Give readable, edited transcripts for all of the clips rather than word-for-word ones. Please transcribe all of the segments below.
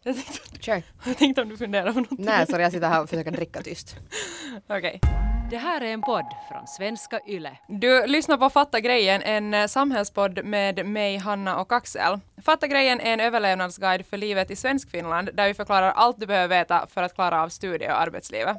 Jag tänkte om du funderar på något. Nej, sorry, jag sitter här och försöker dricka tyst. Okej. Det här är en podd från Svenska Yle. Du lyssnar på Fatta grejen, en samhällspodd med mig, Hanna och Axel. Fatta grejen är en överlevnadsguide för livet i Svenskfinland där vi förklarar allt du behöver veta för att klara av studie- och arbetslivet.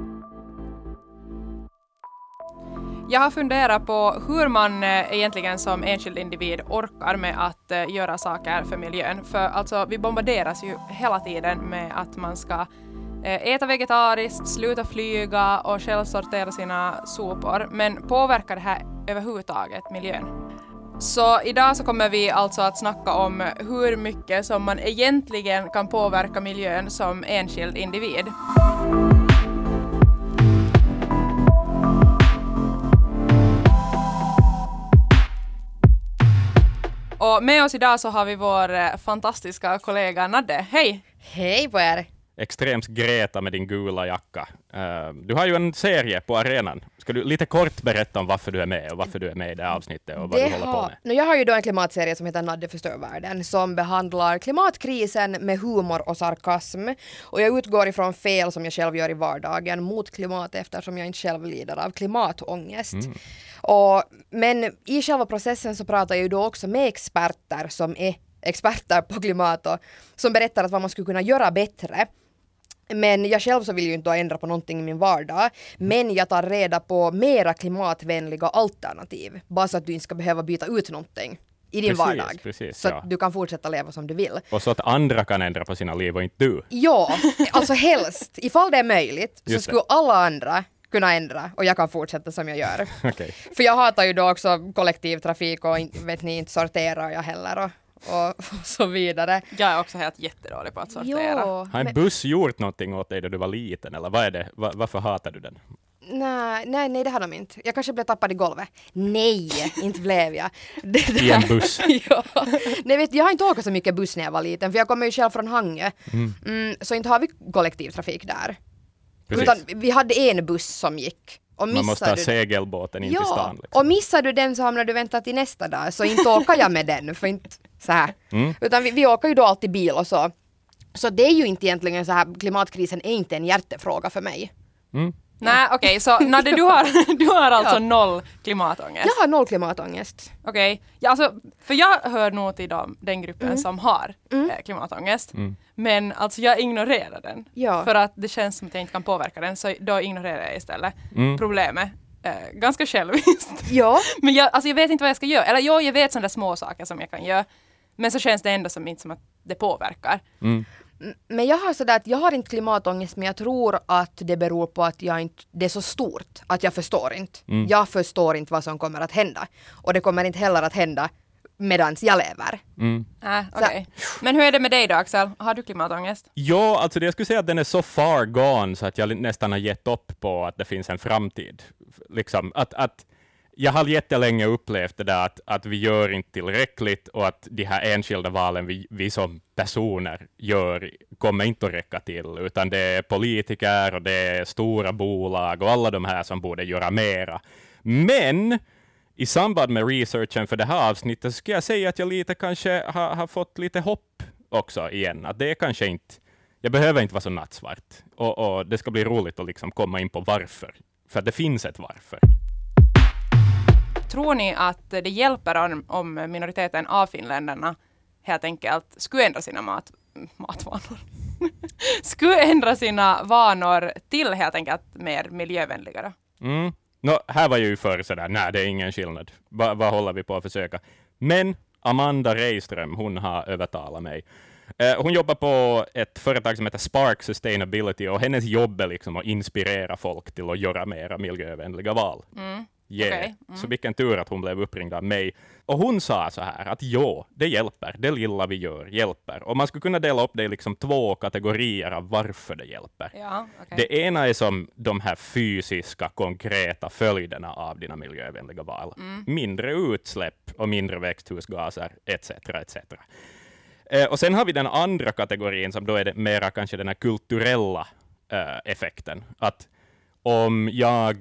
Jag har funderat på hur man egentligen som enskild individ orkar med att göra saker för miljön. För alltså, vi bombarderas ju hela tiden med att man ska äta vegetariskt, sluta flyga och själv sortera sina sopor. Men påverkar det här överhuvudtaget miljön? Så idag så kommer vi alltså att snacka om hur mycket som man egentligen kan påverka miljön som enskild individ. Och med oss idag så har vi vår fantastiska kollega Nadde. Hej! Hej på er! Extremt Greta med din gula jacka. Du har ju en serie på arenan. Ska du lite kort berätta om varför du är med och varför du är med i det avsnittet och vad du håller på med? Jag har ju då en klimatserie som heter Nadde förstör världen som behandlar klimatkrisen med humor och sarkasm. Och jag utgår ifrån fel som jag själv gör i vardagen mot klimat eftersom jag inte själv lider av klimatångest. Men i själva processen så pratar jag ju då också med experter som är experter på klimat och som berättar att vad man skulle kunna göra bättre. Men jag själv så vill ju inte ändra på någonting i min vardag. Men jag tar reda på mera klimatvänliga alternativ. Bara så att du inte ska behöva byta ut någonting i din vardag. Precis, så att du kan fortsätta leva som du vill. Och så att andra kan ändra på sina liv och inte du. Ja, alltså helst. Ifall det är möjligt så skulle alla andra kunna ändra och jag kan fortsätta som jag gör. Okay. För jag hatar ju då också kollektivtrafik och inte sorterar jag heller och så vidare. Jag är också helt jättedålig på att sortera. Har en buss gjort någonting åt dig då du var liten? Eller vad är det? Varför hatar du den? Nej, det har de inte. Jag kanske blev tappad i golvet. Nej, inte blev jag. I en buss? Ja. Nej, jag har inte åkt så mycket buss när jag var liten för jag kommer ju själv från Hangö. Så inte har vi kollektivtrafik där. Precis. Utan vi hade en buss som gick. Man måste ha segelbåten in till stan. Liksom. Och missar du den så hamnar du vänta till nästa dag. Så inte åker jag med den. För inte så här. Utan vi åker ju då alltid bil och så. Så det är ju inte egentligen så här. Klimatkrisen är inte en hjärtefråga för mig. Nej, okej. Så Nadde, du har alltså noll klimatångest? Jag har noll klimatångest. Okej. Ja, alltså, för jag hör nog till den gruppen som har klimatångest. Men alltså jag ignorerar den. Ja. För att det känns som att jag inte kan påverka den. Så då ignorerar jag istället problemet. Ganska själviskt. Ja. Men jag vet inte vad jag ska göra. Eller jag vet sådana små saker som jag kan göra. Men så känns det ändå inte som att det påverkar. Men jag har sådär att jag har inte klimatångest men jag tror att det beror på att det är så stort att jag förstår inte. Jag förstår inte vad som kommer att hända. Och det kommer inte heller att hända medans jag lever. Okay. Men hur är det med dig då, Axel? Har du klimatångest? Ja, alltså jag skulle säga att den är så far gone så att jag nästan har gett upp på att det finns en framtid. Liksom, att jag har jättelänge upplevt det där att vi gör inte tillräckligt och att de här enskilda valen vi som personer gör kommer inte att räcka till, utan det är politiker och det är stora bolag och alla de här som borde göra mera. Men i samband med researchen för det här avsnittet ska jag säga att jag lite kanske har fått lite hopp också igen. Att det är kanske inte, jag behöver inte vara så nattsvart. Och det ska bli roligt att liksom komma in på varför. För det finns ett varför. Tror ni att det hjälper om minoriteten av finländarna helt enkelt skulle ändra sina matvanor? Skulle ändra sina vanor till helt enkelt mer miljövänligare? Här var jag ju för sådär, nej det är ingen skillnad. Vad håller vi på att försöka? Men Amanda Reiström, hon har övertalat mig. Hon jobbar på ett företag som heter Spark Sustainability och hennes jobb är liksom att inspirera folk till att göra mera miljövänliga val. Så vilken tur att hon blev uppringd av mig. Och hon sa så här att det hjälper. Det lilla vi gör hjälper. Och man skulle kunna dela upp det i liksom 2 kategorier av varför det hjälper. Ja, okay. Det ena är som de här fysiska, konkreta följderna av dina miljövänliga val. Mindre utsläpp och mindre växthusgaser, etc. etc. Och sen har vi den andra kategorin som då är det mera kanske den här kulturella effekten. Att om jag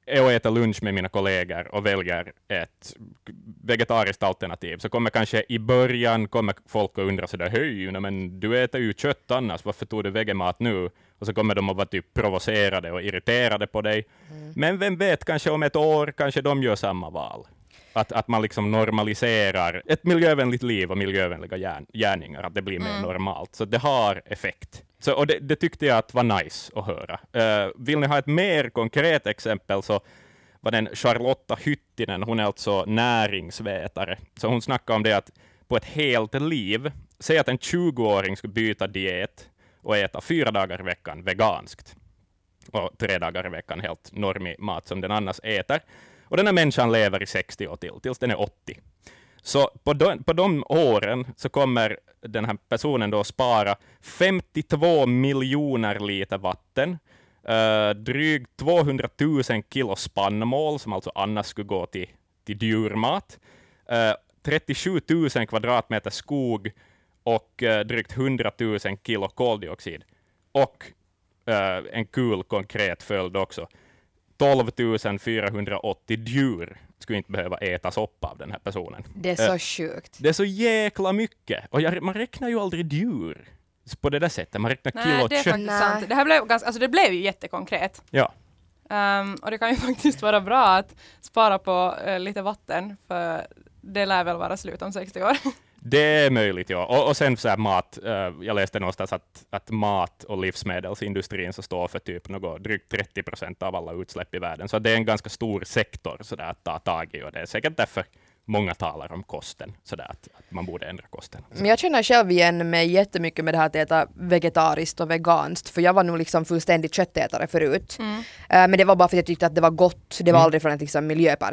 är att äta lunch med mina kollegor och väljer ett vegetariskt alternativ, så kommer kanske i början folk att undra sådär, hej, men du äter ju kött annars, varför tog du vegemat nu? Och så kommer de att vara typ provocerade och irriterade på dig. Men vem vet, kanske om ett år kanske de gör samma val. Att man liksom normaliserar ett miljövänligt liv och miljövänliga gärningar, att det blir mer normalt. Så det har effekt. Så, och det tyckte jag att var nice att höra. Vill ni ha ett mer konkret exempel, så var den Charlotta Hyttinen, hon är alltså näringsvetare. Så hon snackar om det att på ett helt liv, säg att en 20-åring skulle byta diet och äta 4 dagar i veckan veganskt och 3 dagar i veckan helt normig mat som den annars äter. Och den här människan lever i 60 år tills den är 80. Så på de åren så kommer den här personen då spara 52 miljoner liter vatten, drygt 200 000 kilo spannmål som alltså annars skulle gå till djurmat, 37 000 kvadratmeter skog och drygt 100 000 kilo koldioxid. Och en kul konkret följd också. 12 480 djur skulle inte behöva ätas upp av den här personen. Det är så sjukt. Det är så jäkla mycket. Och man räknar ju aldrig djur på det där sättet. Man räknar kilo Nej, det är kött. faktiskt sant. Det här blev det blev ju jättekonkret. Ja. Och det kan ju faktiskt vara bra att spara på lite vatten, för det lär väl vara slut om 60 år. Det är möjligt, ja. Och sen så här mat. Jag läste någonstans att mat- och livsmedelsindustrin så står för typ drygt 30% av alla utsläpp i världen. Så det är en ganska stor sektor så där, att ta tag i. Och det är säkert därför många talar om kosten, så där, att man borde ändra kosten. Men jag känner själv igen mig jättemycket med det här att äta vegetariskt och veganskt, för jag var nog liksom fullständigt köttätare förut. Men det var bara för att jag tyckte att det var gott. Det var aldrig från ett liksom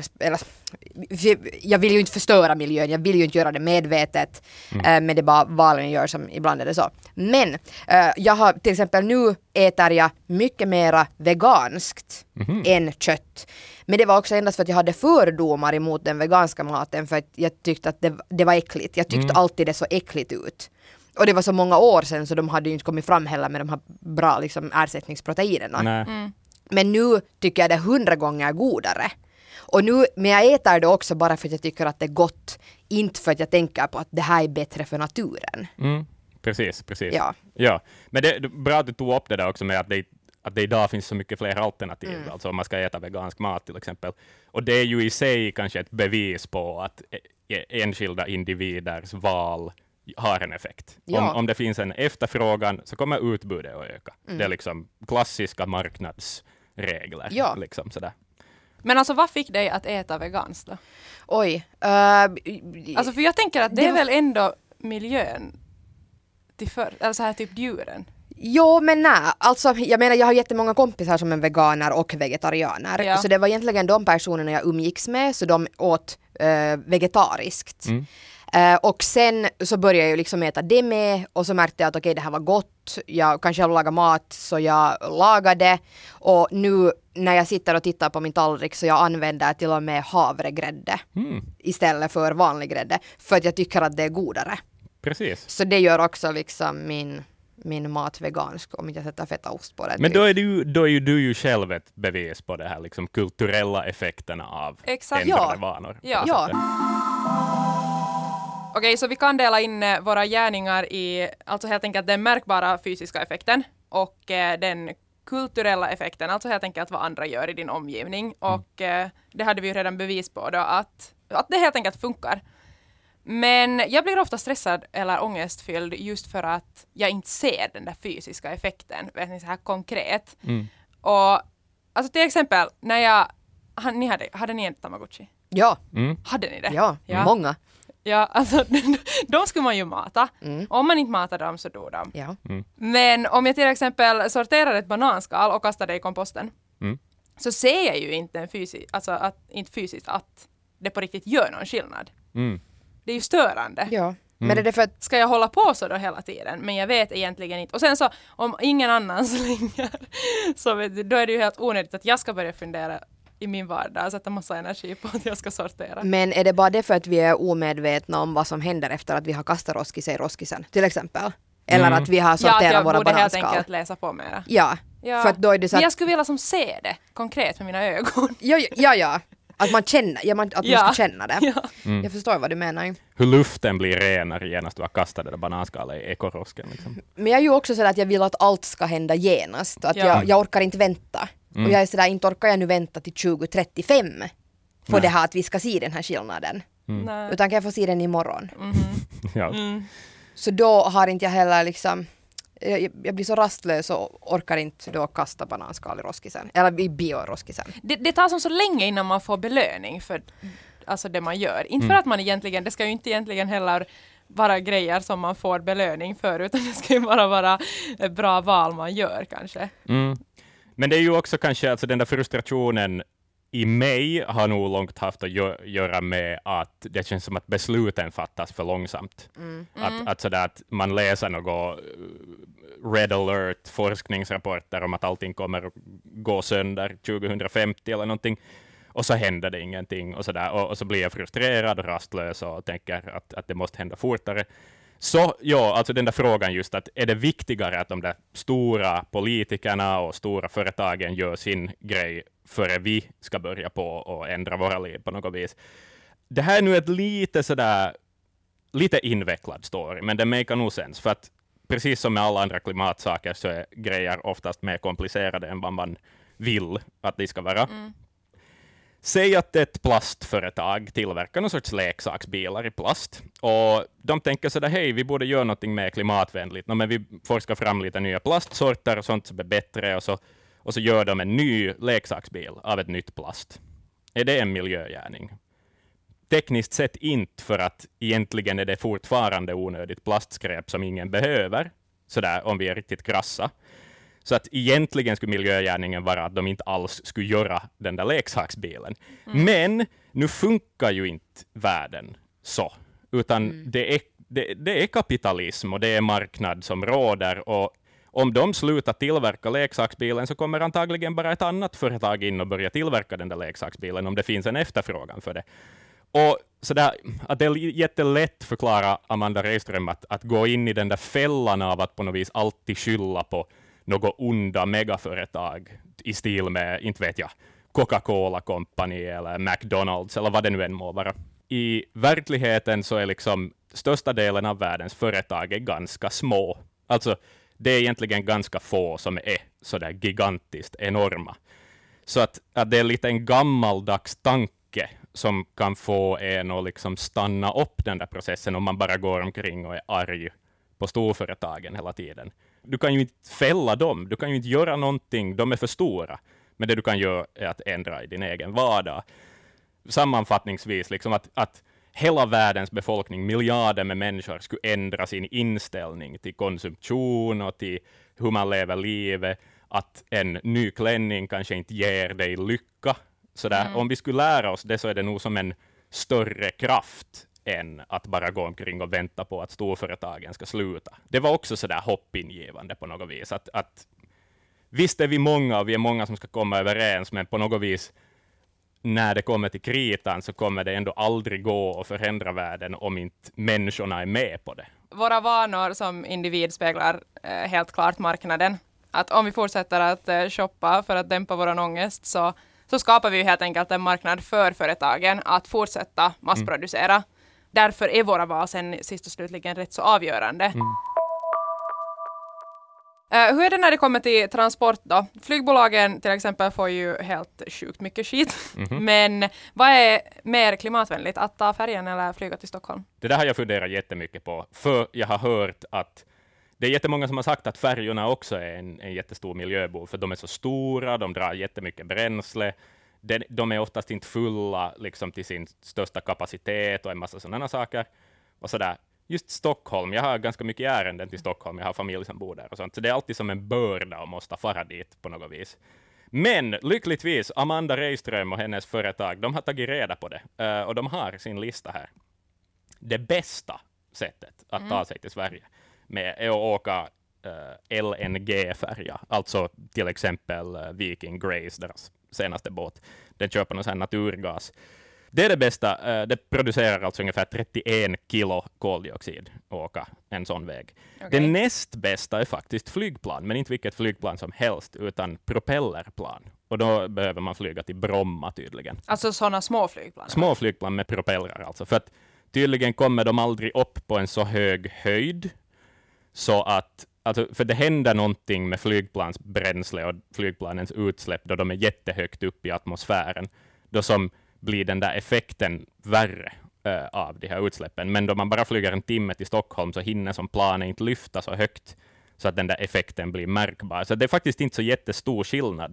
jag vill ju inte förstöra miljön, jag vill ju inte göra det medvetet, men det är bara valen gör som ibland är det så. Men jag har till exempel nu äter jag mycket mera veganskt än kött. Men det var också endast för att jag hade fördomar emot den veganska maten, för att jag tyckte att det var äckligt. Jag tyckte alltid det så äckligt ut. Och det var så många år sedan, så de hade ju inte kommit fram heller med de här bra liksom, ersättningsproteinerna. Men nu tycker jag det är 100 gånger godare. Och nu, men jag äter det också bara för att jag tycker att det är gott. Inte för att jag tänker på att det här är bättre för naturen. Precis. Ja. Men det är bra att du tog upp det där också med att det idag finns så mycket fler alternativ. Alltså om man ska äta vegansk mat till exempel. Och det är ju i sig kanske ett bevis på att enskilda individers val har en effekt. Ja. Om det finns en efterfrågan så kommer utbudet att öka. Det är liksom klassiska marknadsregler. Ja. Liksom sådär. Men alltså, vad fick dig att äta veganskt då? Oj. Alltså, för jag tänker att det är väl ändå miljön eller så här typ djuren. Jo, men nej. Alltså, jag menar, jag har jättemånga kompisar som är veganer och vegetarianer. Ja. Så det var egentligen de personerna jag umgicks med, så de åt vegetariskt. Och sen så började jag ju liksom äta det med, och så märkte jag att okej, det här var gott. Jag kan själv laga mat, så jag lagade. Och nu när jag sitter och tittar på min tallrik, så jag använder till och med havregrädde istället för vanlig grädde. För att jag tycker att det är godare. Precis. Så det gör också liksom min mat vegansk, om jag sätter fetaost på den. Men då är ju du ju själv ett bevis på det här liksom kulturella effekterna av ändrade vanor. Ja. Okej, så vi kan dela in våra gärningar i alltså helt enkelt den märkbara fysiska effekten och den kulturella effekten, alltså helt enkelt vad andra gör i din omgivning. Och det hade vi ju redan bevis på då, att det helt enkelt funkar. Men jag blir ofta stressad eller ångestfylld just för att jag inte ser den där fysiska effekten, vet ni, så här konkret. Och alltså till exempel, när hade ni en Tamagotchi? Ja. Hade ni det? Ja, många. Ja, alltså de skulle man ju mata. Om man inte matar dem så dör de. Ja. Men om jag till exempel sorterar ett bananskal och kastar det i komposten, så ser jag ju inte fysiskt att det på riktigt gör någon skillnad. Det är ju störande. Ja. Men är det för att... Ska jag hålla på så då hela tiden? Men jag vet egentligen inte. Och sen så, om ingen annan slänger, så då är det ju helt onödigt att jag ska börja fundera i min vardag och sätta massa energi på att jag ska sortera. Men är det bara det för att vi är omedvetna om vad som händer efter att vi har kastat roskis i roskisen, till exempel? Eller att vi har sorterat våra bananskal? Ja, att jag borde helt enkelt läsa på mera. Ja, Ja. För att då är det så Men att, jag skulle vilja som se det konkret med mina ögon. ja. Att man känner, att man ska känna det. Ja. Jag förstår vad du menar. Hur luften blir renare genast du har kastat det där bananskalet i ekorosken. Liksom. Men jag är ju också så att jag vill att allt ska hända genast. Att Ja. jag orkar inte vänta. Och jag är sådär, inte orkar jag nu vänta till 2035 på det här att vi ska se den här skillnaden. Nej. Utan kan jag få se den imorgon. Ja. Så då har inte jag heller liksom, jag blir så rastlös och orkar inte då kasta bananskal i roskisen. Eller i bioroskisen. Det tar som så länge innan man får belöning för alltså det man gör. Inte för att man egentligen, det ska ju inte egentligen heller vara grejer som man får belöning för, utan det ska ju bara vara ett bra val man gör kanske. Men det är ju också kanske, alltså den där frustrationen i mig har nog långt haft att göra med att det känns som att besluten fattas för långsamt. Att sådär att man läser något red alert forskningsrapporter om att allting kommer att gå sönder 2050 eller någonting, och så händer det ingenting och sådär, och så blir jag frustrerad och rastlös och tänker att det måste hända fortare. Så ja, alltså den där frågan just att är det viktigare att de där stora politikerna och stora företagen gör sin grej före vi ska börja på och ändra våra liv på något vis. Det här är nu ett lite invecklad story, men det makar nog sens, för att precis som med alla andra klimatsaker så är grejer oftast mer komplicerade än vad man vill att de ska vara. Säg att ett plastföretag tillverkar någon sorts leksaksbilar i plast. Och de tänker sådär, hej, vi borde göra något mer klimatvänligt. Men vi forskar fram lite nya plastsorter och sånt som är bättre. Och så gör de en ny leksaksbil av ett nytt plast. Är det en miljögärning? Tekniskt sett inte, för att egentligen är det fortfarande onödigt plastskräp som ingen behöver. Sådär, om vi är riktigt krassa. Så att egentligen skulle miljögärningen vara att de inte alls skulle göra den där leksaksbilen. Men nu funkar ju inte världen så. Utan det är kapitalism och det är marknad som råder. Och om de slutar tillverka leksaksbilen så kommer antagligen bara ett annat företag in och börja tillverka den där leksaksbilen om det finns en efterfrågan för det. Och sådär, att det är jättelätt förklara Amanda Reiström att gå in i den där fällan av att på något vis alltid skylla på något onda megaföretag i stil med, inte vet jag, Coca-Cola Company eller McDonald's eller vad det nu än må vara. I verkligheten så är liksom största delen av världens företag är ganska små. Alltså det är egentligen ganska få som är sådär gigantiskt enorma. Så att det är lite en gammaldags tanke som kan få en att liksom stanna upp den där processen om man bara går omkring och är arg på storföretagen hela tiden. Du kan ju inte fälla dem, du kan ju inte göra någonting, de är för stora. Men det du kan göra är att ändra i din egen vardag. Sammanfattningsvis, liksom att hela världens befolkning, miljarder med människor, skulle ändra sin inställning till konsumtion och till hur man lever livet. Att en ny klänning kanske inte ger dig lycka. Om vi skulle lära oss det så är det nog som en större kraft än att bara gå omkring och vänta på att storföretagen ska sluta. Det var också sådär hoppingivande på något vis. Att visst är vi många och vi är många som ska komma överens, men på något vis när det kommer till kritan så kommer det ändå aldrig gå att förändra världen om inte människorna är med på det. Våra vanor som individ speglar helt klart marknaden. Att om vi fortsätter att shoppa för att dämpa vår ångest så skapar vi helt enkelt en marknad för företagen att fortsätta massproducera. Därför är våra val sen sist och slutligen rätt så avgörande. Hur är det när det kommer till transport då? Flygbolagen till exempel får ju helt sjukt mycket skit. Men vad är mer klimatvänligt? Att ta färjan eller flyga till Stockholm? Det där har jag funderat jättemycket på. För jag har hört att det är jättemånga som har sagt att färjorna också är en jättestor miljöbov. För de är så stora, de drar jättemycket bränsle. De är oftast inte fulla liksom, till sin största kapacitet och en massa sådana saker. Och sådär. Just Stockholm, jag har ganska mycket ärenden till Stockholm, jag har familj som bor där och sånt. Så det är alltid som en börda att måste fara dit på något vis. Men lyckligtvis, Amanda Reiström och hennes företag, de har tagit reda på det. Och de har sin lista här. Det bästa sättet att ta sig till Sverige är att åka LNG-färja. Alltså till exempel Viking Grace, deras senaste båt. Den köper någon sån här naturgas. Det är det bästa. Det producerar alltså ungefär 31 kilo koldioxid att åka en sån väg. Okej. Det näst bästa är faktiskt flygplan, men inte vilket flygplan som helst, utan propellerplan. Och då behöver man flyga till Bromma tydligen. Alltså sådana små flygplan? Små flygplan med propellrar alltså. För att tydligen kommer de aldrig upp på en så hög höjd så att, alltså, för det händer någonting med flygplansbränsle och flygplanens utsläpp då de är jättehögt upp i atmosfären. Då som blir den där effekten värre av de här utsläppen. Men då man bara flyger en timme till Stockholm så hinner som planen inte lyfta så högt så att den där effekten blir märkbar. Så det är faktiskt inte så jättestor skillnad.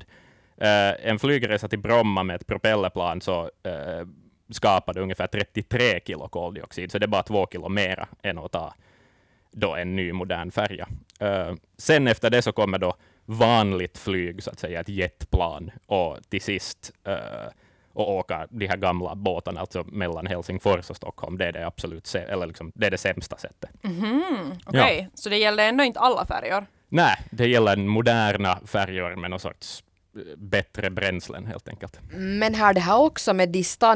En flygresa till Bromma med ett propellerplan så skapade ungefär 33 kilo koldioxid. Så det är bara 2 kilo mera än att ta då en ny modern färja. Sen efter det så kommer då vanligt flyg, så att säga, ett jetplan, och till sist och åka de här gamla båtarna, alltså mellan Helsingfors och Stockholm. Det är det absolut, eller liksom, det är det sämsta sättet. Okej, så det gäller ändå inte alla färjor? Nej, det gäller moderna färjor med någon sorts bättre bränslen helt enkelt. Men har det här också med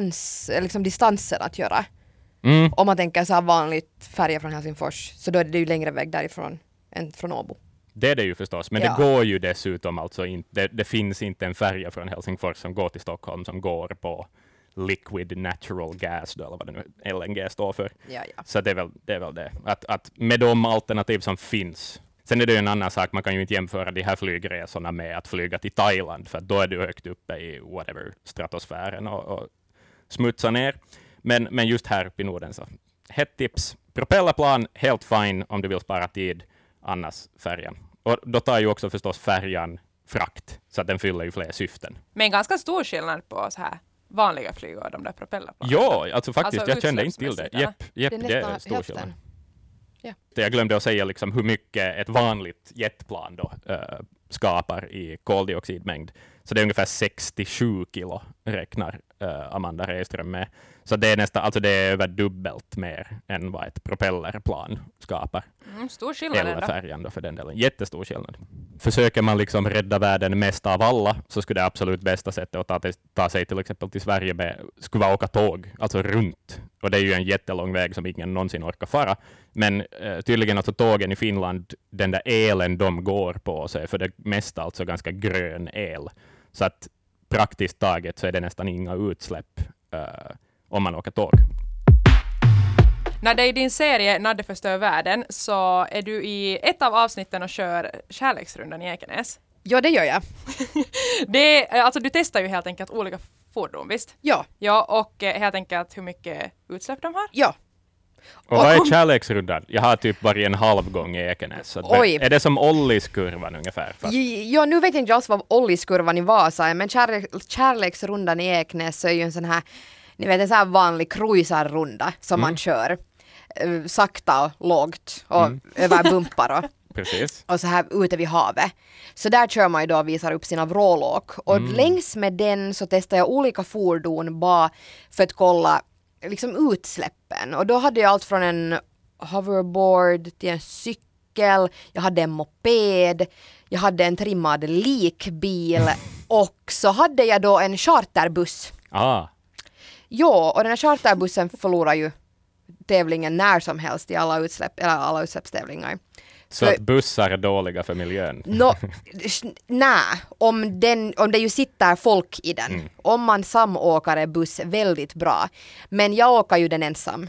distansen att göra? Om man tänker så här vanligt färja från Helsingfors, så då är det ju längre väg därifrån än från Åbo. Det är det ju förstås, men det går ju dessutom alltså inte, det finns inte en färja från Helsingfors som går till Stockholm som går på liquid natural gas då, eller vad det nu LNG står för. Ja. Så det är väl det. Att med de alternativ som finns. Sen är det ju en annan sak, man kan ju inte jämföra de här flygresorna med att flyga till Thailand, för då är du högt uppe i whatever stratosfären och smutsar ner. Men just här uppe i Norden så hett tips. Propellerplan, helt fine om du vill spara tid, annars färjan. Och då tar ju också förstås färjan frakt, så att den fyller ju fler syften. Men ganska stor skillnad på så här vanliga flyg och de där propellerplanen. Ja, alltså faktiskt, Alltså jag kände inte till det. Japp, det är stor hälften. skillnad. Ja. Jag glömde att säga liksom hur mycket ett vanligt jetplan då skapar i koldioxidmängd. Så det är ungefär 67 kilo räknar Amanda Reiström med. Så det är nästan, alltså det är över dubbelt mer än vad ett propellerplan skapar. Stor skillnad Eller ändå. färjan då för den delen. Jättestor skillnad. Försöker man liksom rädda världen mest av alla, så skulle det absolut bästa sättet att ta sig till exempel till Sverige med skulle vara att åka tåg, alltså runt. Och det är ju en jättelång väg som ingen någonsin orkar fara. Men tydligen alltså tågen i Finland, den där elen de går på, så är för det mesta alltså ganska grön el. Så att praktiskt taget så är det nästan inga utsläpp om man åker tåg. När det är din serie Nadde förstör världen så är du i ett av avsnitten och kör kärleksrundan i Ekenäs. Ja, det gör jag. Alltså du testar ju helt enkelt olika fordon, visst? Ja. Ja, och helt enkelt hur mycket utsläpp de har. Ja. Och vad är kärleksrundan? Jag har typ varit en halv gång i Ekenäs. Så Oj. Är det som Olliskurvan ungefär? Fast... Ja, nu vet jag inte alls vad Olliskurvan i Vasa är, men kärleksrundan i Eknäs så är ju en sån här, ni vet, en sån här vanlig cruisarrunda som man kör sakta och lågt och över bumpar och Precis. och så här ute vid havet. Så där kör man ju då och visar upp sina vrålåk. Och längs med den så testar jag olika fordon bara för att kolla liksom utsläppen. Och då hade jag allt från en hoverboard till en cykel, jag hade en moped, jag hade en trimmad likbil och så hade jag då en charterbuss. Ja, och den här charterbussen förlorar ju tävlingen när som helst i alla utsläppstävlingar. Så att bussar är dåliga för miljön? Nej, om det ju sitter folk i den. Om man samåkar är buss väldigt bra. Men jag åker ju den ensam.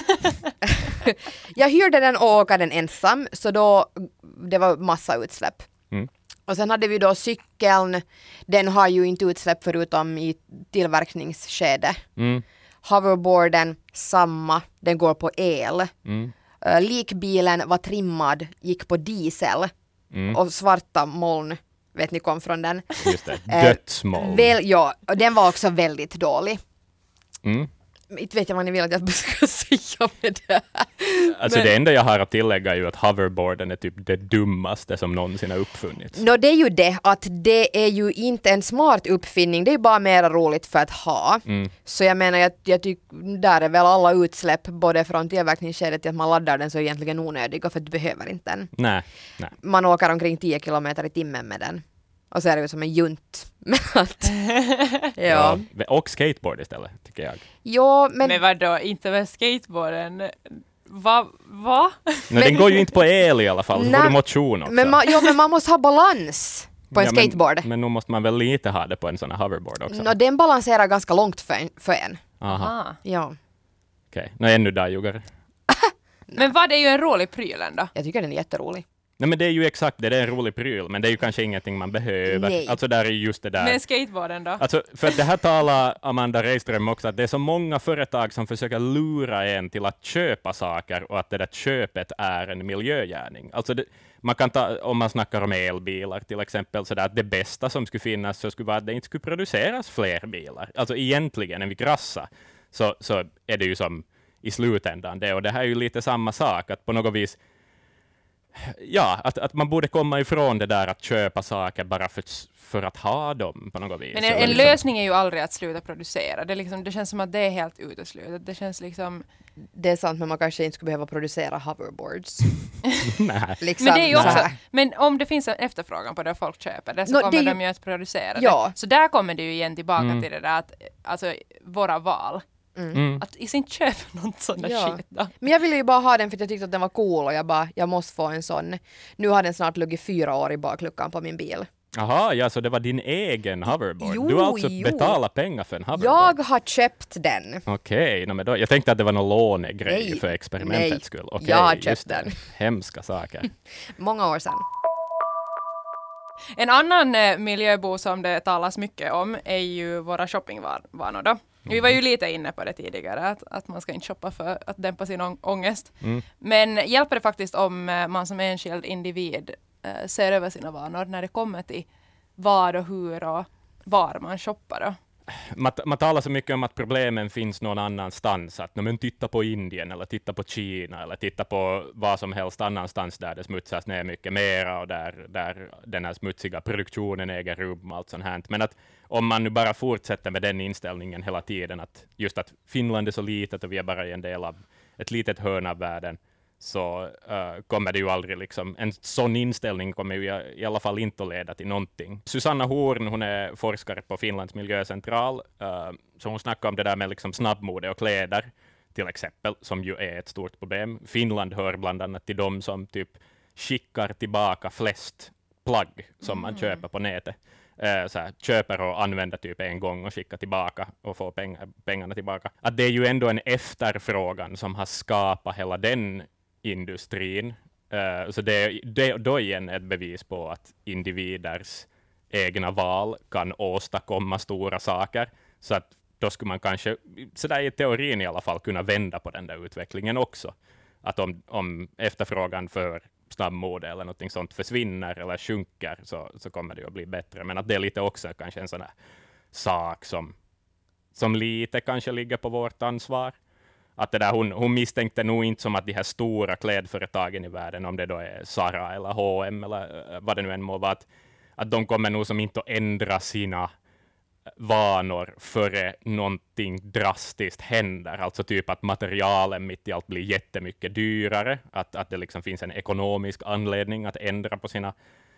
Jag hyrde den och åker den ensam, så då det var massa utsläpp. Och sen hade vi då cykeln, den har ju inte utsläpp förutom i tillverkningsskede. Hoverboarden, samma, den går på el. Likbilen var trimmad, gick på diesel. Och svarta moln, vet ni, kom från den. Just det, dödsmoln. Ja, och den var också väldigt dålig. Inte vet jag vad ni vill att jag ska säga med det här. Alltså det enda jag har att tillägga är ju att hoverboarden är typ det dummaste som någonsin har uppfunnits. Det är ju det, att det är ju inte en smart uppfinning, det är ju bara mer roligt för att ha. Så jag menar, jag tycker där är väl alla utsläpp både från tillverkningsskedet till att man laddar den så är egentligen onödiga, för att du behöver inte den. Nej. Man åker omkring 10 kilometer i timmen med den. Och så är det ju som en junt. Men att, ja. Och skateboard istället, tycker jag. Jo, men vadå, inte med skateboarden? Va? Nej, den går ju inte på el i alla fall, så får du motion också. men man måste ha balans på en skateboard. Men nu måste man väl lite ha det på en sån här hoverboard också. Den balanserar ganska långt för en. Aha. Ja. Okej, ännu dagjugare. Men vad är ju en rolig pryl ändå? Jag tycker den är jätterolig. Nej, men det är ju exakt det är en rolig pryl, men det är ju kanske ingenting man behöver. Nej. Alltså där är just det där. Men skateboarden då? Alltså, för att det här talar Amanda Reiström också, att det är så många företag som försöker lura en till att köpa saker och att det där köpet är en miljögärning. Alltså man kan ta, om man snackar om elbilar till exempel, så där att det bästa som skulle finnas så skulle vara att det inte skulle produceras fler bilar. Alltså egentligen, när vi krassar, så är det ju som i slutändan det. Och det här är ju lite samma sak, att på något vis att man borde komma ifrån det där att köpa saker bara för att ha dem på något vis. Men en lösning är ju aldrig att sluta producera. Det känns som att det är helt uteslutet. Det känns liksom... Det är sant, men man kanske inte skulle behöva producera hoverboards. Nej. Liksom, men det är ju också, här. men om det finns en efterfrågan på det folk köper det, så kommer de ju att producera det. Så där kommer det ju igen tillbaka till det där att alltså, våra val. Att inte köpa något sån där skit då. Men jag ville ju bara ha den för att jag tyckte att den var cool och jag måste få en sån. Nu har den snart luggit 4 år i bakluckan på min bil. Jaha, ja, så det var din egen hoverboard. Jo, du har alltså betalat pengar för en hoverboard? Jag har köpt den. Okej, men då, jag tänkte att det var någon lånegrej för experimentets skull. Okej, jag har köpt den. Hemska saker. Många år sedan. En annan miljöbo som det talas mycket om är ju våra shoppingvanor då. Vi var ju lite inne på det tidigare, att man ska inte shoppa för att dämpa sin ångest. Men hjälper det faktiskt om man som enskild individ ser över sina vanor när det kommer till vad och hur och var man shoppar då? Man talar så mycket om att problemen finns någon annanstans. Att men titta på Indien eller titta på Kina eller titta på vad som helst annanstans där det smutsas ner mycket mera och där den här smutsiga produktionen äger rum och allt sånt här. Men att om man nu bara fortsätter med den inställningen hela tiden, att just att Finland är så litet och vi är bara en del av ett litet hörn av världen, så kommer det ju aldrig liksom, en sån inställning kommer ju i alla fall inte att leda till någonting. Susanna Horn, hon är forskare på Finlands miljöcentral, så hon snackar om det där med liksom snabbmode och kläder till exempel, som ju är ett stort problem. Finland hör bland annat till dem som typ skickar tillbaka flest plagg som man köper på nätet. Så här, köper och använder typ en gång och skickar tillbaka och får pengarna tillbaka. Att det är ju ändå en efterfrågan som har skapat hela den industrin. Så det då igen ett bevis på att individers egna val kan åstadkomma stora saker. Så att då skulle man kanske, sådär i teorin i alla fall, kunna vända på den där utvecklingen också. Att om efterfrågan för snabbmode eller något sånt försvinner eller sjunker, så kommer det att bli bättre. Men att det är lite också kanske en sån här sak som lite kanske ligger på vårt ansvar. Att det där, hon misstänkte nog inte som att de här stora klädföretagen i världen, om det då är Zara eller H&M eller vad det nu än må vara, att de kommer nog som inte att ändra sina vanor före någonting drastiskt händer. Alltså typ att materialen mitt i allt blir jättemycket dyrare. Att det liksom finns en ekonomisk anledning att ändra på sina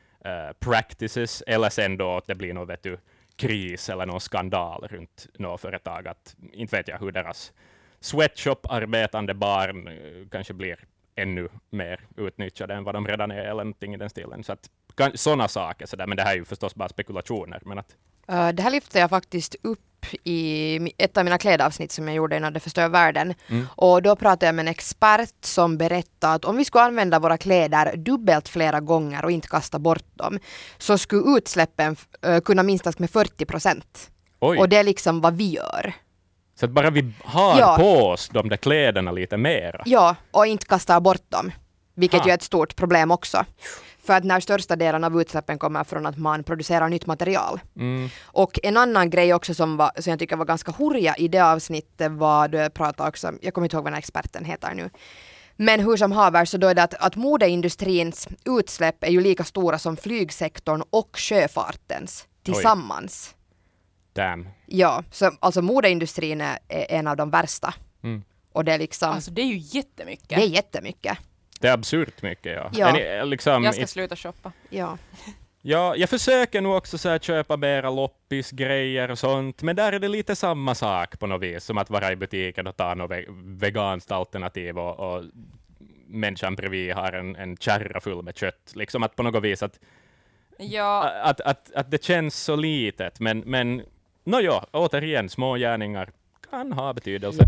practices. Eller sen då att det blir någon kris eller någon skandal runt något företag. Att inte vet jag hur deras sweatshop-arbetande barn kanske blir ännu mer utnyttjade än vad de redan är eller någonting i den stilen. Så att sådana saker, så där, men det här är ju förstås bara spekulationer. Men att det här lyfte jag faktiskt upp i ett av mina klädavsnitt som jag gjorde innan det förstör världen. Och då pratade jag med en expert som berättade att om vi skulle använda våra kläder dubbelt flera gånger och inte kasta bort dem, så skulle utsläppen kunna minskas med 40%. Och det är liksom vad vi gör. Så att bara vi har på oss de där kläderna lite mera. Ja, och inte kastar bort dem. Vilket ju är ett stort problem också. För att när största delen av utsläppen kommer från att man producerar nytt material. Och en annan grej också som jag tycker var ganska hurja i det avsnittet var då jag pratade också, jag kommer inte ihåg vad den här experten heter nu. Men hur som haver, så då är det att modeindustrins utsläpp är ju lika stora som flygsektorn och sjöfartens tillsammans. Damn. Ja, så alltså modeindustrin är en av de värsta. Och det är liksom... Alltså det är ju jättemycket. Det är jättemycket. Det är absurt mycket, ja. Jag ska sluta shoppa. Ja. Ja, jag försöker nog också så här köpa mera loppisgrejer och sånt, men där är det lite samma sak på något vis, som att vara i butiken och ta något veganskt alternativ och människan bredvid har en kärra full med kött. Liksom att på något vis att det känns så litet, men återigen, små gärningar kan ha betydelse.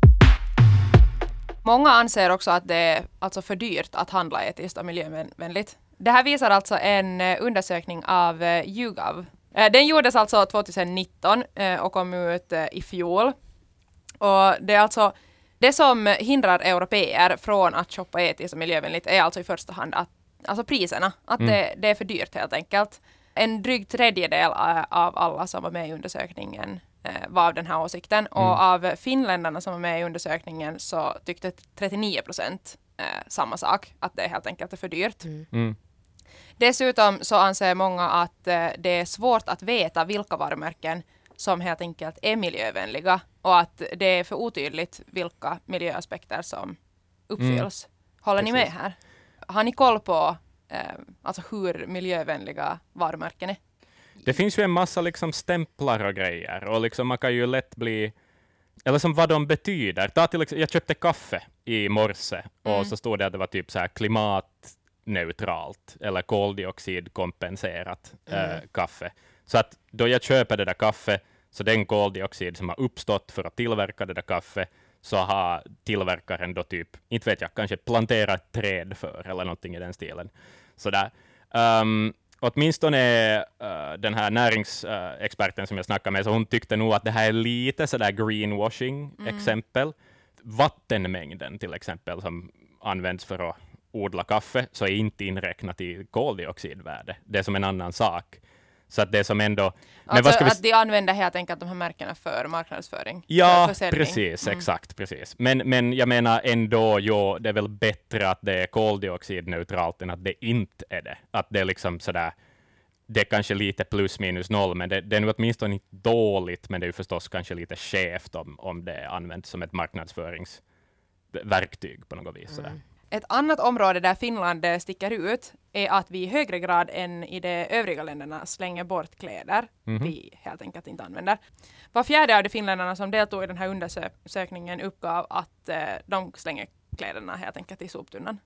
Många anser också att det är alltså för dyrt att handla etiskt och miljövänligt. Det här visar alltså en undersökning av YouGov. Den gjordes alltså 2019 och kom ut i fjol. Och det är alltså det som hindrar europeer från att shoppa etiskt och miljövänligt är alltså i första hand alltså priserna. Att det är för dyrt helt enkelt. En dryg tredjedel av alla som var med i undersökningen var av den här åsikten. Och av finländarna som var med i undersökningen så tyckte 39% samma sak. Att det helt enkelt är för dyrt. Dessutom så anser många att det är svårt att veta vilka varumärken som helt enkelt är miljövänliga och att det är för otydligt vilka miljöaspekter som uppfylls. Håller ni med här? Har ni koll på alltså hur miljövänliga varumärken är? Det finns ju en massa liksom stämplar och grejer och liksom man kan ju lätt bli, eller som vad de betyder. Jag köpte kaffe i morse och så stod det att det var typ så här klimatneutralt eller koldioxidkompenserat kaffe. Så att då jag köper det där kaffe, så den koldioxid som har uppstått för att tillverka det där kaffe, så har tillverkaren då typ, inte vet jag, kanske planterat ett träd för eller någonting i den stilen. Så där. Åtminstone den här näringsexperten som jag snackade med, så hon tyckte nog att det här är lite sådär greenwashing-exempel. Vattenmängden till exempel som används för att odla kaffe, så är inte inräknat i koldioxidvärde. Det är som en annan sak. Så att det är som ändå... Alltså att de använder helt enkelt de här märkena för marknadsföring? Ja, precis, exakt, precis. Men jag menar ändå, det är väl bättre att det är koldioxidneutralt än att det inte är det. Att det är liksom sådär, det är kanske lite plus minus noll, men det är nu åtminstone inte dåligt, men det är ju förstås kanske lite skevt om det används som ett marknadsföringsverktyg på något vis. Sådär. Ett annat område där Finland sticker ut är att vi i högre grad än i de övriga länderna slänger bort kläder vi helt enkelt inte använder. Var fjärde av de finländarna som deltog i den här undersökningen uppgav att de slänger kläderna helt enkelt i soptunnan.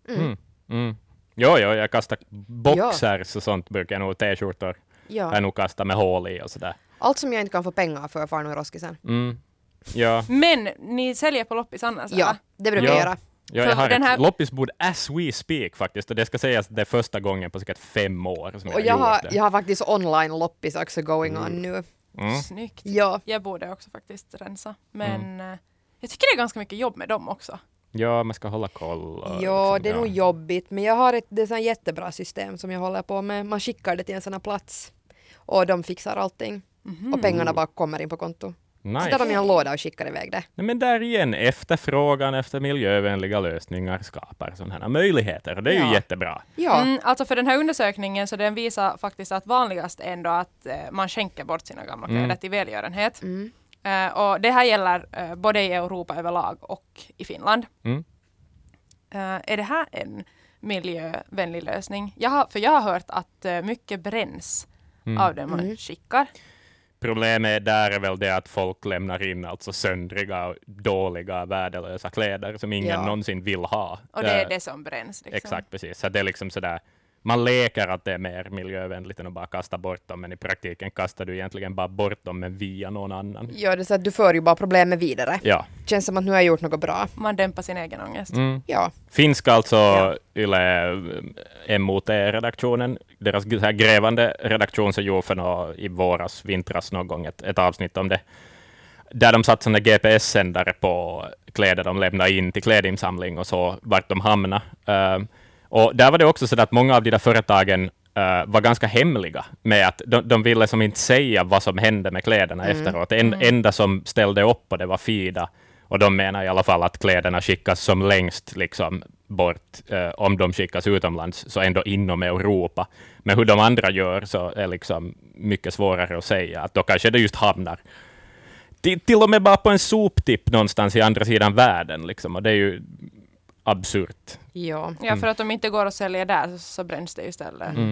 Jo, jag kastar boxers och sånt, brukar jag nog, t-skjortor. Ja. Jag nog kastar med hål i och sådär. Allt som jag inte kan få pengar för far nog i roskisen. Ja. Men ni säljer på loppis annars? Ja, det brukar jag göra. Ja, jag har ett loppisbord as we speak faktiskt, och det ska sägas att det är första gången på säkert 5 år som jag har gjort det. Jag har faktiskt online loppis också going on nu. Snyggt. Ja. Jag borde också faktiskt rensa. Men jag tycker det är ganska mycket jobb med dem också. Ja, man ska hålla koll. Ja, det är nog jobbigt, men jag har ett jättebra system som jag håller på med. Man skickar det till en sån här plats och de fixar allting. Och pengarna bara kommer in på konto. Nice. Så där de i en låda och skickar iväg det. Nej, men där igen, efterfrågan efter miljövänliga lösningar skapar sådana här möjligheter. Och det är ju jättebra. Ja. Alltså för den här undersökningen så den visar faktiskt att vanligast ändå att man skänker bort sina gamla kläder till välgörenhet. Och det här gäller både i Europa överlag och i Finland. Är det här en miljövänlig lösning? Jag har hört att mycket bränns av det man skickar. Problemet där är väl det att folk lämnar in alltså söndriga och dåliga, värdelösa kläder som ingen någonsin vill ha. Och det är det som bränns. Liksom. Exakt, precis. Så det är liksom sådär, man leker att det är mer miljövänligt än att bara kasta bort dem, men i praktiken kastar du egentligen bara bort dem, men via någon annan. Ja, det är så att du för ju bara problemet vidare. Ja. Känns som att nu har jag gjort något bra. Man dämpar sin egen ångest. Ja. Finska alltså Yle MOT-redaktionen, deras så här grävande redaktion, så gjorde i vintras någon gång ett avsnitt om det. Där de satt sådana GPS-sändare på kläder de lämnade in till klädinsamling och så vart de hamnade. Och där var det också så att många av de där företagen var ganska hemliga med att de ville som inte säga vad som hände med kläderna efteråt. Det enda som ställde upp på det var Fida. Och de menar i alla fall att kläderna skickas som längst liksom bort, om de skickas utomlands, så ändå inom Europa. Men hur de andra gör så är liksom mycket svårare att säga. Att då kanske det just hamnar till och med bara på en soptipp någonstans i andra sidan världen. Liksom. Och det är ju absurt. Ja. Ja, för att de inte går att sälja där så bränns det istället.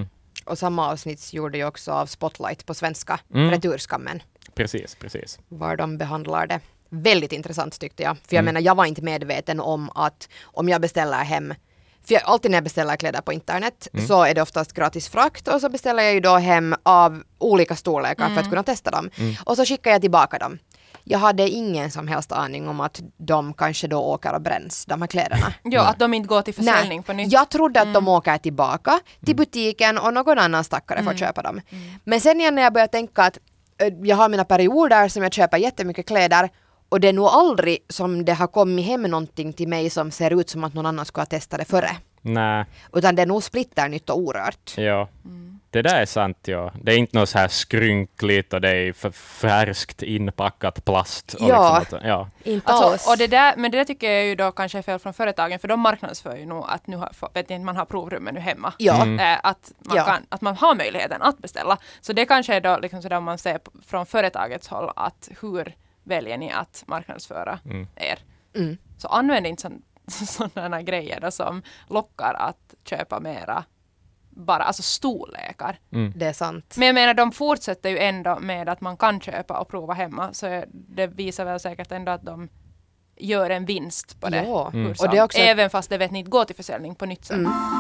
och samma avsnitt gjorde ju också av Spotlight på svenska, Returskammen. Precis. Var de behandlar det. Väldigt intressant tyckte jag. För jag menar, jag var inte medveten om att om jag beställer hem, för alltid när jag beställer kläder på internet så är det oftast gratis frakt och så beställer jag ju då hem av olika storlekar för att kunna testa dem. Och så skickar jag tillbaka dem. Jag hade ingen som helst aning om att de kanske då åker och bränns, de här kläderna. Ja, att de inte går till försäljning på nytt. Jag trodde att de åker tillbaka till butiken och någon annan stackare får köpa dem. Men sen igen när jag började tänka att jag har mina perioder som jag köper jättemycket kläder och det är nog aldrig som det har kommit hem någonting till mig som ser ut som att någon annan skulle ha testat det före. Nej. Utan det är nog splitternytt och orört. Ja. Det där är sant, ja. Det är inte något så här skrynkligt och det är färskt inpackat plast. Och Inte alls. Och det där, men det där tycker jag ju då kanske är fel från företagen, för de marknadsför ju nog att nu har, man har provrummen nu hemma. Ja. Att man har möjligheten att beställa. Så det kanske är då liksom sådär om man ser från företagets håll att hur väljer ni att marknadsföra er. Så använd inte sådana grejer då som lockar att köpa mera bara, alltså storlekar. Det är sant. Men jag menar, de fortsätter ju ändå med att man kan köpa och prova hemma, så det visar väl säkert ändå att de gör en vinst på det. Ja. Och det är också även fast det vet ni inte går till försäljning på nytt sätt.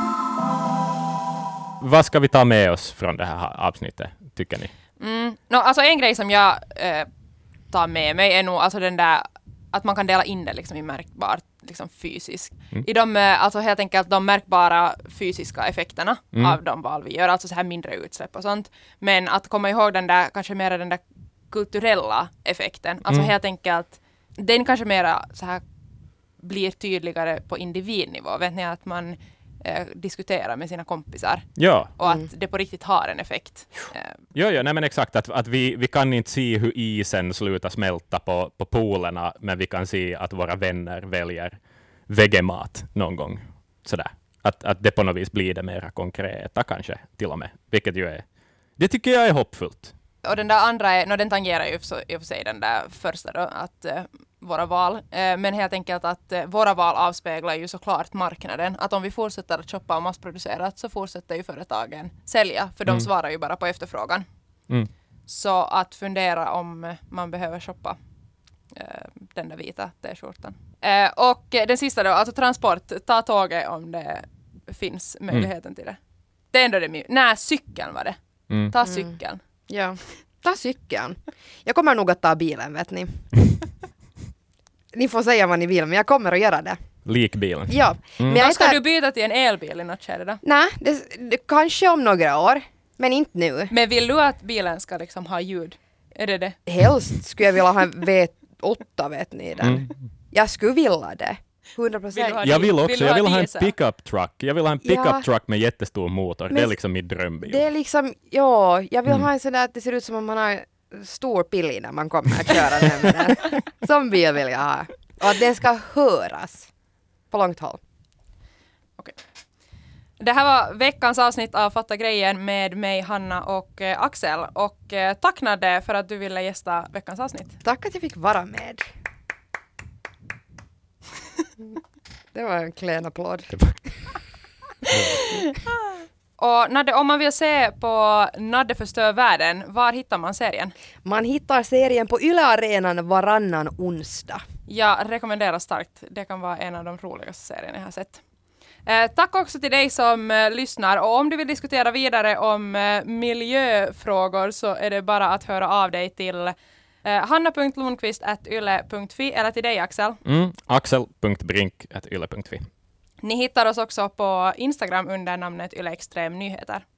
Vad ska vi ta med oss från det här avsnittet, tycker ni? Alltså en grej som jag tar med mig är nog alltså den där att man kan dela in det liksom i märkbart liksom fysiskt. I de, alltså helt enkelt de märkbara fysiska effekterna av de val vi gör, alltså så här mindre utsläpp och sånt. Men att komma ihåg den där, kanske mer den där kulturella effekten. Alltså helt enkelt, den kanske mera så här blir tydligare på individnivå. Vet ni att man diskuterar med sina kompisar. Ja. Och att det på riktigt har en effekt. Nej men exakt, att vi kan inte se hur isen slutar smälta på polerna, men vi kan se att våra vänner väljer vegemat någon gång. Sådär. Att det på något vis blir det mera konkreta kanske till och med. Vilket ju är, det tycker jag är hoppfullt. Och den där andra den tangerar ju i och för sig den där första då, att våra val. Men helt enkelt att våra val avspeglar ju såklart marknaden. Att om vi fortsätter att shoppa och massproducerat så fortsätter ju företagen sälja. För de svarar ju bara på efterfrågan. Så att fundera om man behöver shoppa den där vita t-skjortan. Och den sista då, alltså transport. Ta tåget om det finns möjligheten till det. Det är ändå det. Nej, cykeln var det. Ta cykeln. Ja, ta cykeln. Jag kommer nog att ta bilen, vet ni. Ni får säga vad ni vill, men jag kommer att göra det. Likbilen. Ja. Men ska du byta till en elbil i något skede då? Nej, det kanske om några år, men inte nu. Men vill du att bilen ska liksom ha ljud? Är det det? Helst skulle jag vilja ha en V8, vet ni den. Jag skulle vilja det. 100%. Jag vill också. Jag vill ha en diesel? pickup truck. Jag vill ha en pickup truck med jättestor motor. Det är liksom min drömbil. Det är liksom, ja, jag vill ha en sån där att det ser ut som om man har stor pilli när man kommer att köra den med den. Som bil vill jag ha. Och att den ska höras på långt håll. Okej. Det här var veckans avsnitt av Fatta grejen med mig, Hanna och Axel. Och tack Nadde för att du ville gästa veckans avsnitt. Tack att jag fick vara med. Det var en klen applåd. Och Nadde, om man vill se på Nadde förstör världen, var hittar man serien? Man hittar serien på Yle-arenan varannan onsdag. Jag rekommenderar starkt. Det kan vara en av de roligaste serierna jag har sett. Tack också till dig som lyssnar. Och om du vill diskutera vidare om miljöfrågor så är det bara att höra av dig till hanna.lundqvist@yle.fi eller till dig Axel. Axel.brink@yle.fi. Ni hittar oss också på Instagram under namnet Yle Extrem Nyheter.